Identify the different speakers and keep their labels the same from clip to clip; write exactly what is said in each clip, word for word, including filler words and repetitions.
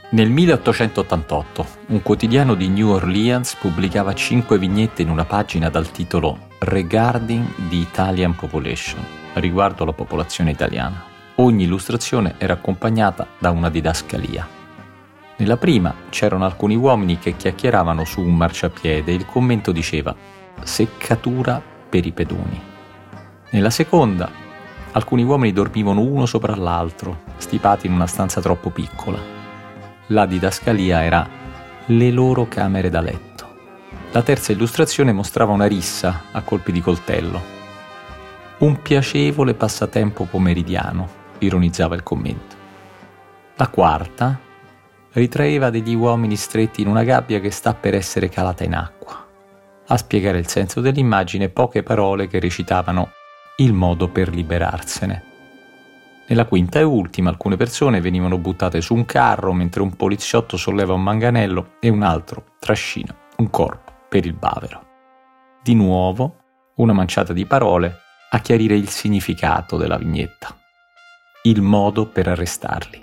Speaker 1: Nel milleottocentottantotto un quotidiano di New Orleans pubblicava cinque vignette in una pagina dal titolo Regarding the Italian Population, riguardo la popolazione italiana. Ogni illustrazione era accompagnata da una didascalia. Nella prima c'erano alcuni uomini che chiacchieravano su un marciapiede e il commento diceva «seccatura per i pedoni». Nella seconda, alcuni uomini dormivano uno sopra l'altro, stipati in una stanza troppo piccola. La didascalia era le loro camere da letto. La terza illustrazione mostrava una rissa a colpi di coltello. Un piacevole passatempo pomeridiano, ironizzava il commento. La quarta ritraeva degli uomini stretti in una gabbia che sta per essere calata in acqua. A spiegare il senso dell'immagine, poche parole che recitavano il modo per liberarsene. Nella quinta e ultima, alcune persone venivano buttate su un carro mentre un poliziotto solleva un manganello e un altro trascina un corpo per il bavero. Di nuovo, una manciata di parole a chiarire il significato della vignetta. Il modo per arrestarli.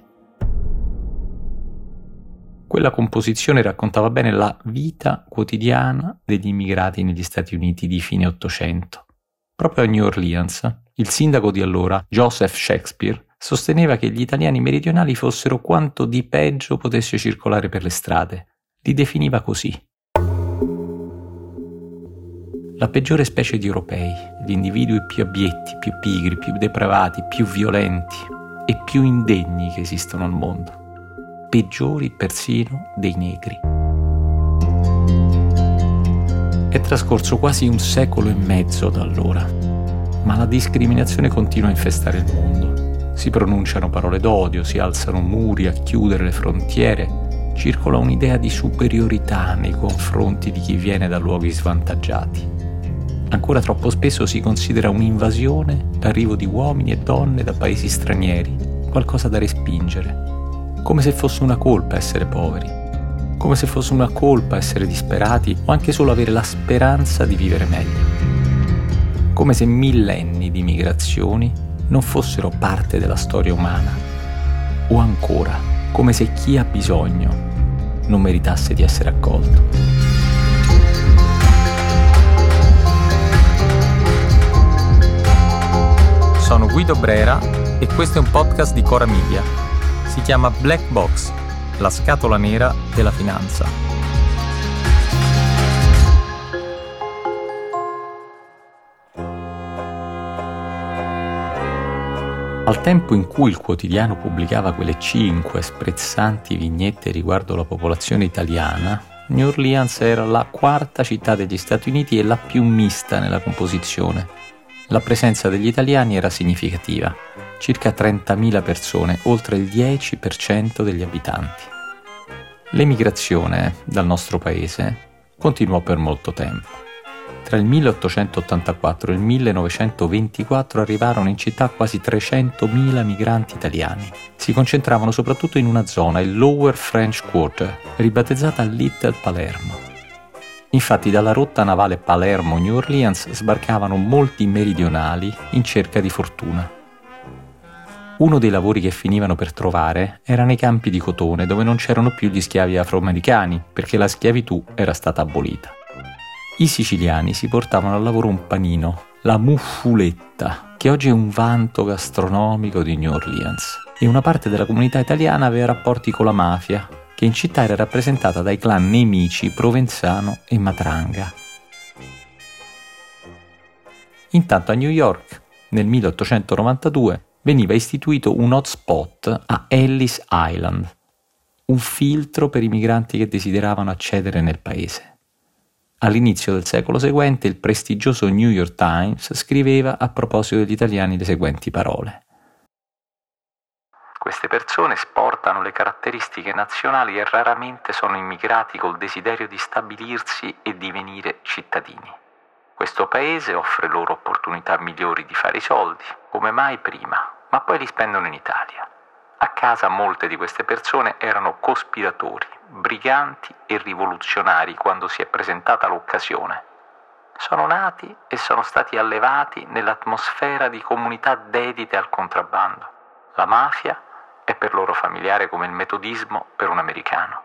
Speaker 1: Quella composizione raccontava bene la vita quotidiana degli immigrati negli Stati Uniti di fine Ottocento. Proprio a New Orleans, il sindaco di allora, Joseph Shakespeare, sosteneva che gli italiani meridionali fossero quanto di peggio potesse circolare per le strade. Li definiva così. La peggiore specie di europei, gli individui più abietti, più pigri, più depravati, più violenti e più indegni che esistono al mondo. Peggiori persino dei negri. È trascorso quasi un secolo e mezzo da allora, ma la discriminazione continua a infestare il mondo. Si pronunciano parole d'odio, si alzano muri a chiudere le frontiere, circola un'idea di superiorità nei confronti di chi viene da luoghi svantaggiati. Ancora troppo spesso si considera un'invasione l'arrivo di uomini e donne da paesi stranieri, qualcosa da respingere, come se fosse una colpa essere poveri, come se fosse una colpa essere disperati o anche solo avere la speranza di vivere meglio. Come se millenni di migrazioni non fossero parte della storia umana. O ancora, come se chi ha bisogno non meritasse di essere accolto. Sono Guido Brera e questo è un podcast di Cora Media. Si chiama Black Box, la scatola nera della finanza. Al tempo in cui il quotidiano pubblicava quelle cinque sprezzanti vignette riguardo la popolazione italiana, New Orleans era la quarta città degli Stati Uniti e la più mista nella composizione. La presenza degli italiani era significativa, circa trentamila persone, oltre il dieci per cento degli abitanti. L'emigrazione dal nostro paese continuò per molto tempo. Tra il milleottocentottantaquattro e il millenovecentoventiquattro arrivarono in città quasi trecentomila migranti italiani. Si concentravano soprattutto in una zona, il Lower French Quarter, ribattezzata Little Palermo. Infatti dalla rotta navale Palermo-New Orleans sbarcavano molti meridionali in cerca di fortuna. Uno dei lavori che finivano per trovare era nei campi di cotone, dove non c'erano più gli schiavi afroamericani, perché la schiavitù era stata abolita. I siciliani si portavano al lavoro un panino, la muffuletta, che oggi è un vanto gastronomico di New Orleans, e una parte della comunità italiana aveva rapporti con la mafia, che in città era rappresentata dai clan nemici Provenzano e Matranga. Intanto a New York, nel milleottocentonovantadue, veniva istituito un hotspot a Ellis Island, un filtro per i migranti che desideravano accedere nel paese. All'inizio del secolo seguente il prestigioso New York Times scriveva a proposito degli italiani le seguenti parole. Queste persone sportano le caratteristiche nazionali e raramente sono immigrati col desiderio di stabilirsi e divenire cittadini. Questo paese offre loro opportunità migliori di fare i soldi, come mai prima, ma poi li spendono in Italia. A casa molte di queste persone erano cospiratori, briganti e rivoluzionari quando si è presentata l'occasione. Sono nati e sono stati allevati nell'atmosfera di comunità dedite al contrabbando. La mafia è per loro familiare come il metodismo per un americano.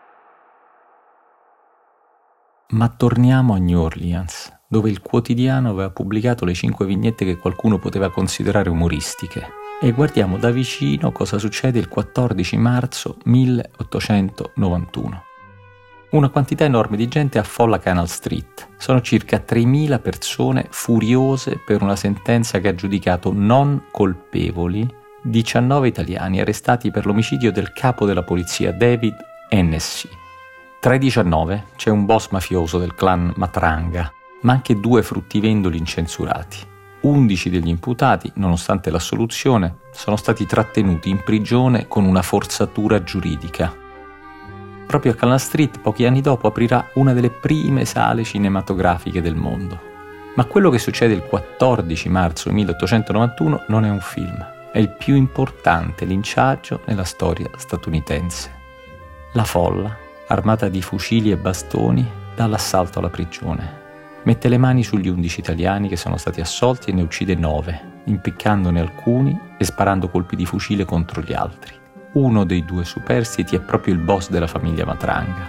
Speaker 1: Ma torniamo a New Orleans, dove il quotidiano aveva pubblicato le cinque vignette che qualcuno poteva considerare umoristiche, e guardiamo da vicino cosa succede il quattordici marzo milleottocentonovantuno. Una quantità enorme di gente affolla Canal Street. Sono circa tremila persone furiose per una sentenza che ha giudicato non colpevoli diciannove italiani arrestati per l'omicidio del capo della polizia David Hennessy. Tra i diciannove c'è un boss mafioso del clan Matranga, ma anche due fruttivendoli incensurati. undici degli imputati, nonostante l'assoluzione, sono stati trattenuti in prigione con una forzatura giuridica. Proprio a Canal Street, pochi anni dopo, aprirà una delle prime sale cinematografiche del mondo. Ma quello che succede il quattordici marzo milleottocentonovantuno non è un film, è il più importante linciaggio nella storia statunitense. La folla, armata di fucili e bastoni, dà l'assalto alla prigione. Mette le mani sugli undici italiani che sono stati assolti e ne uccide nove, impiccandone alcuni e sparando colpi di fucile contro gli altri. Uno dei due superstiti è proprio il boss della famiglia Matranga.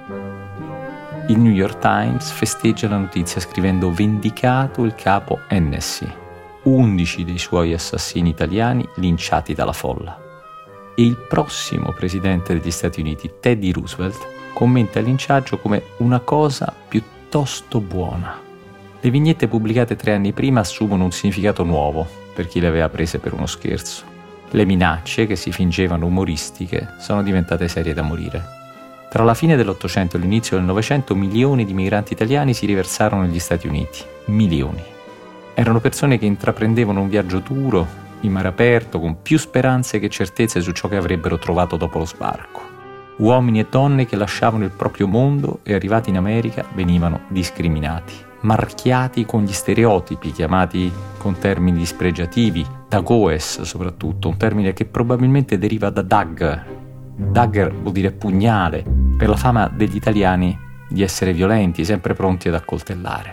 Speaker 1: Il New York Times festeggia la notizia scrivendo «Vendicato il capo Hennessy», undici dei suoi assassini italiani linciati dalla folla. E il prossimo presidente degli Stati Uniti, Teddy Roosevelt, commenta il linciaggio come una cosa piuttosto buona. Le vignette pubblicate tre anni prima assumono un significato nuovo per chi le aveva prese per uno scherzo. Le minacce, che si fingevano umoristiche, sono diventate serie da morire. Tra la fine dell'Ottocento e l'inizio del Novecento milioni di migranti italiani si riversarono negli Stati Uniti. Milioni. Erano persone che intraprendevano un viaggio duro, in mare aperto, con più speranze che certezze su ciò che avrebbero trovato dopo lo sbarco. Uomini e donne che lasciavano il proprio mondo e arrivati in America venivano discriminati, marchiati con gli stereotipi, chiamati con termini dispregiativi, Dagoes soprattutto, un termine che probabilmente deriva da dagger. Dagger vuol dire pugnale, per la fama degli italiani di essere violenti, sempre pronti ad accoltellare.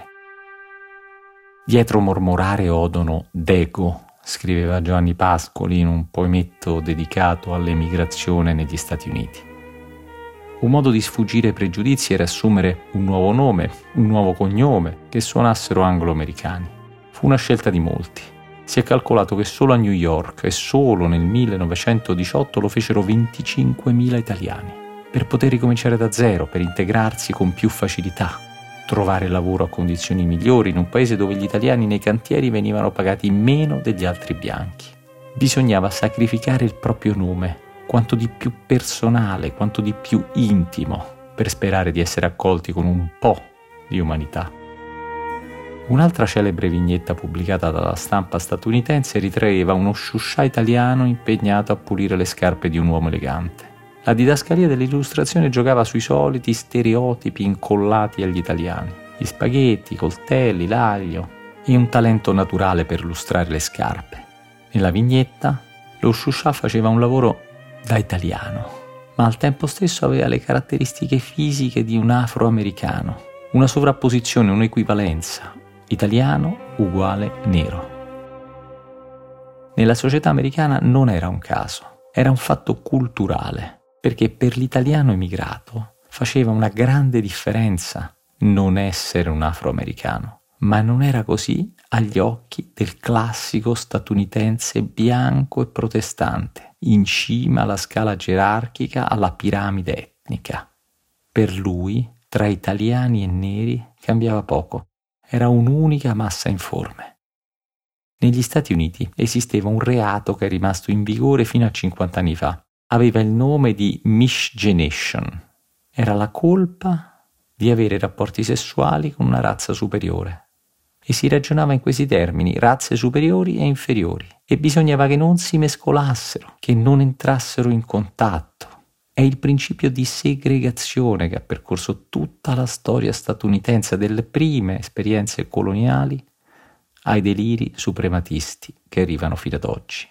Speaker 1: Dietro mormorare odono d'ego, scriveva Giovanni Pascoli in un poemetto dedicato all'emigrazione negli Stati Uniti. Un modo di sfuggire ai pregiudizi era assumere un nuovo nome, un nuovo cognome, che suonassero anglo-americani. Fu una scelta di molti. Si è calcolato che solo a New York e solo nel millenovecentodiciotto lo fecero venticinquemila italiani, per poter ricominciare da zero, per integrarsi con più facilità, trovare lavoro a condizioni migliori in un paese dove gli italiani nei cantieri venivano pagati meno degli altri bianchi. Bisognava sacrificare il proprio nome, quanto di più personale, quanto di più intimo, per sperare di essere accolti con un po' di umanità. Un'altra celebre vignetta pubblicata dalla stampa statunitense ritraeva uno sciuscià italiano impegnato a pulire le scarpe di un uomo elegante. La didascalia dell'illustrazione giocava sui soliti stereotipi incollati agli italiani: gli spaghetti, i coltelli, l'aglio e un talento naturale per lustrare le scarpe. Nella vignetta lo sciuscià faceva un lavoro da italiano, ma al tempo stesso aveva le caratteristiche fisiche di un afroamericano, una sovrapposizione, un'equivalenza: italiano uguale nero. Nella società americana non era un caso, era un fatto culturale, perché per l'italiano emigrato faceva una grande differenza non essere un afroamericano, ma non era così agli occhi del classico statunitense bianco e protestante, in cima alla scala gerarchica, alla piramide etnica. Per lui, tra italiani e neri cambiava poco, era un'unica massa informe. Negli Stati Uniti esisteva un reato che è rimasto in vigore fino a cinquanta anni fa. Aveva il nome di miscegenation. Era la colpa di avere rapporti sessuali con una razza superiore. E si ragionava in questi termini: razze superiori e inferiori. E bisognava che non si mescolassero, che non entrassero in contatto. È il principio di segregazione che ha percorso tutta la storia statunitense, delle prime esperienze coloniali ai deliri suprematisti che arrivano fino ad oggi.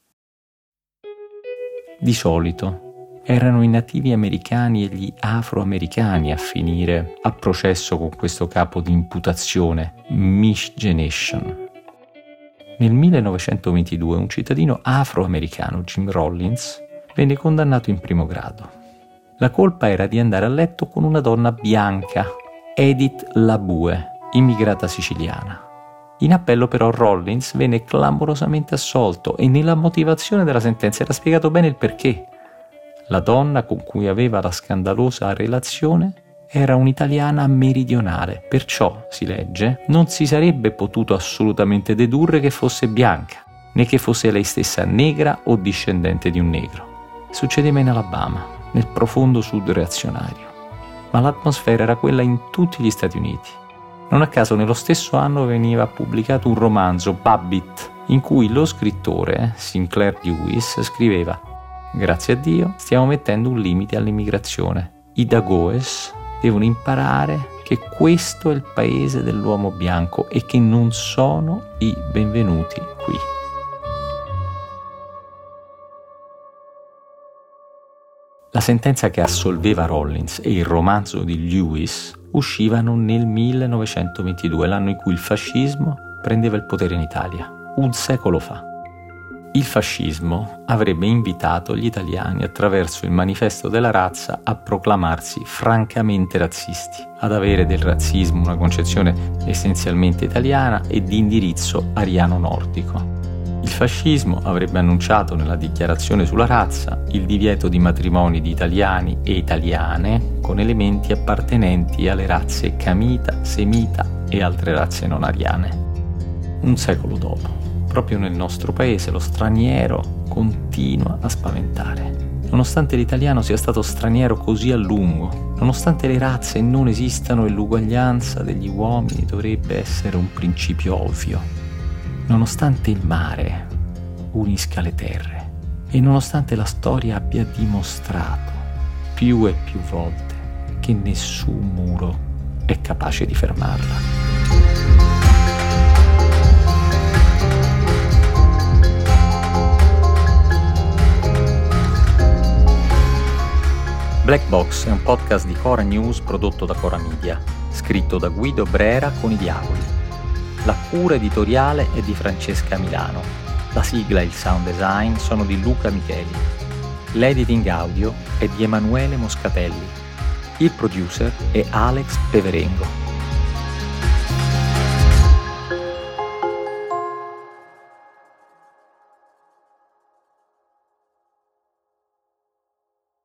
Speaker 1: Di solito erano i nativi americani e gli afroamericani a finire a processo con questo capo di imputazione, miscegenation. Nel millenovecentoventidue un cittadino afroamericano, Jim Rollins, venne condannato in primo grado. La colpa era di andare a letto con una donna bianca, Edith Labue, immigrata siciliana. In appello però Rollins venne clamorosamente assolto e nella motivazione della sentenza era spiegato bene il perché. La donna con cui aveva la scandalosa relazione era un'italiana meridionale, perciò, si legge, non si sarebbe potuto assolutamente dedurre che fosse bianca, né che fosse lei stessa negra o discendente di un negro. Succedeva in Alabama, nel profondo sud reazionario, ma l'atmosfera era quella in tutti gli Stati Uniti. Non a caso nello stesso anno veniva pubblicato un romanzo, Babbitt, in cui lo scrittore, Sinclair Lewis, scriveva: «Grazie a Dio stiamo mettendo un limite all'immigrazione. I Dagoes devono imparare che questo è il paese dell'uomo bianco e che non sono i benvenuti qui». La sentenza che assolveva Rollins e il romanzo di Lewis uscivano nel millenovecentoventidue, l'anno in cui il fascismo prendeva il potere in Italia, un secolo fa. Il fascismo avrebbe invitato gli italiani, attraverso il manifesto della razza, a proclamarsi francamente razzisti, ad avere del razzismo una concezione essenzialmente italiana e di indirizzo ariano-nordico. Il fascismo avrebbe annunciato nella dichiarazione sulla razza il divieto di matrimoni di italiani e italiane con elementi appartenenti alle razze camita, semita e altre razze non ariane. Un secolo dopo, proprio nel nostro paese, lo straniero continua a spaventare. Nonostante l'italiano sia stato straniero così a lungo, nonostante le razze non esistano e l'uguaglianza degli uomini dovrebbe essere un principio ovvio, nonostante il mare unisca le terre e nonostante la storia abbia dimostrato più e più volte che nessun muro è capace di fermarla. Black Box è un podcast di Cora News prodotto da Cora Media, scritto da Guido Brera con i Diavoli. La cura editoriale è di Francesca Milano. La sigla e il sound design sono di Luca Micheli. L'editing audio è di Emanuele Moscatelli. Il producer è Alex Peverengo.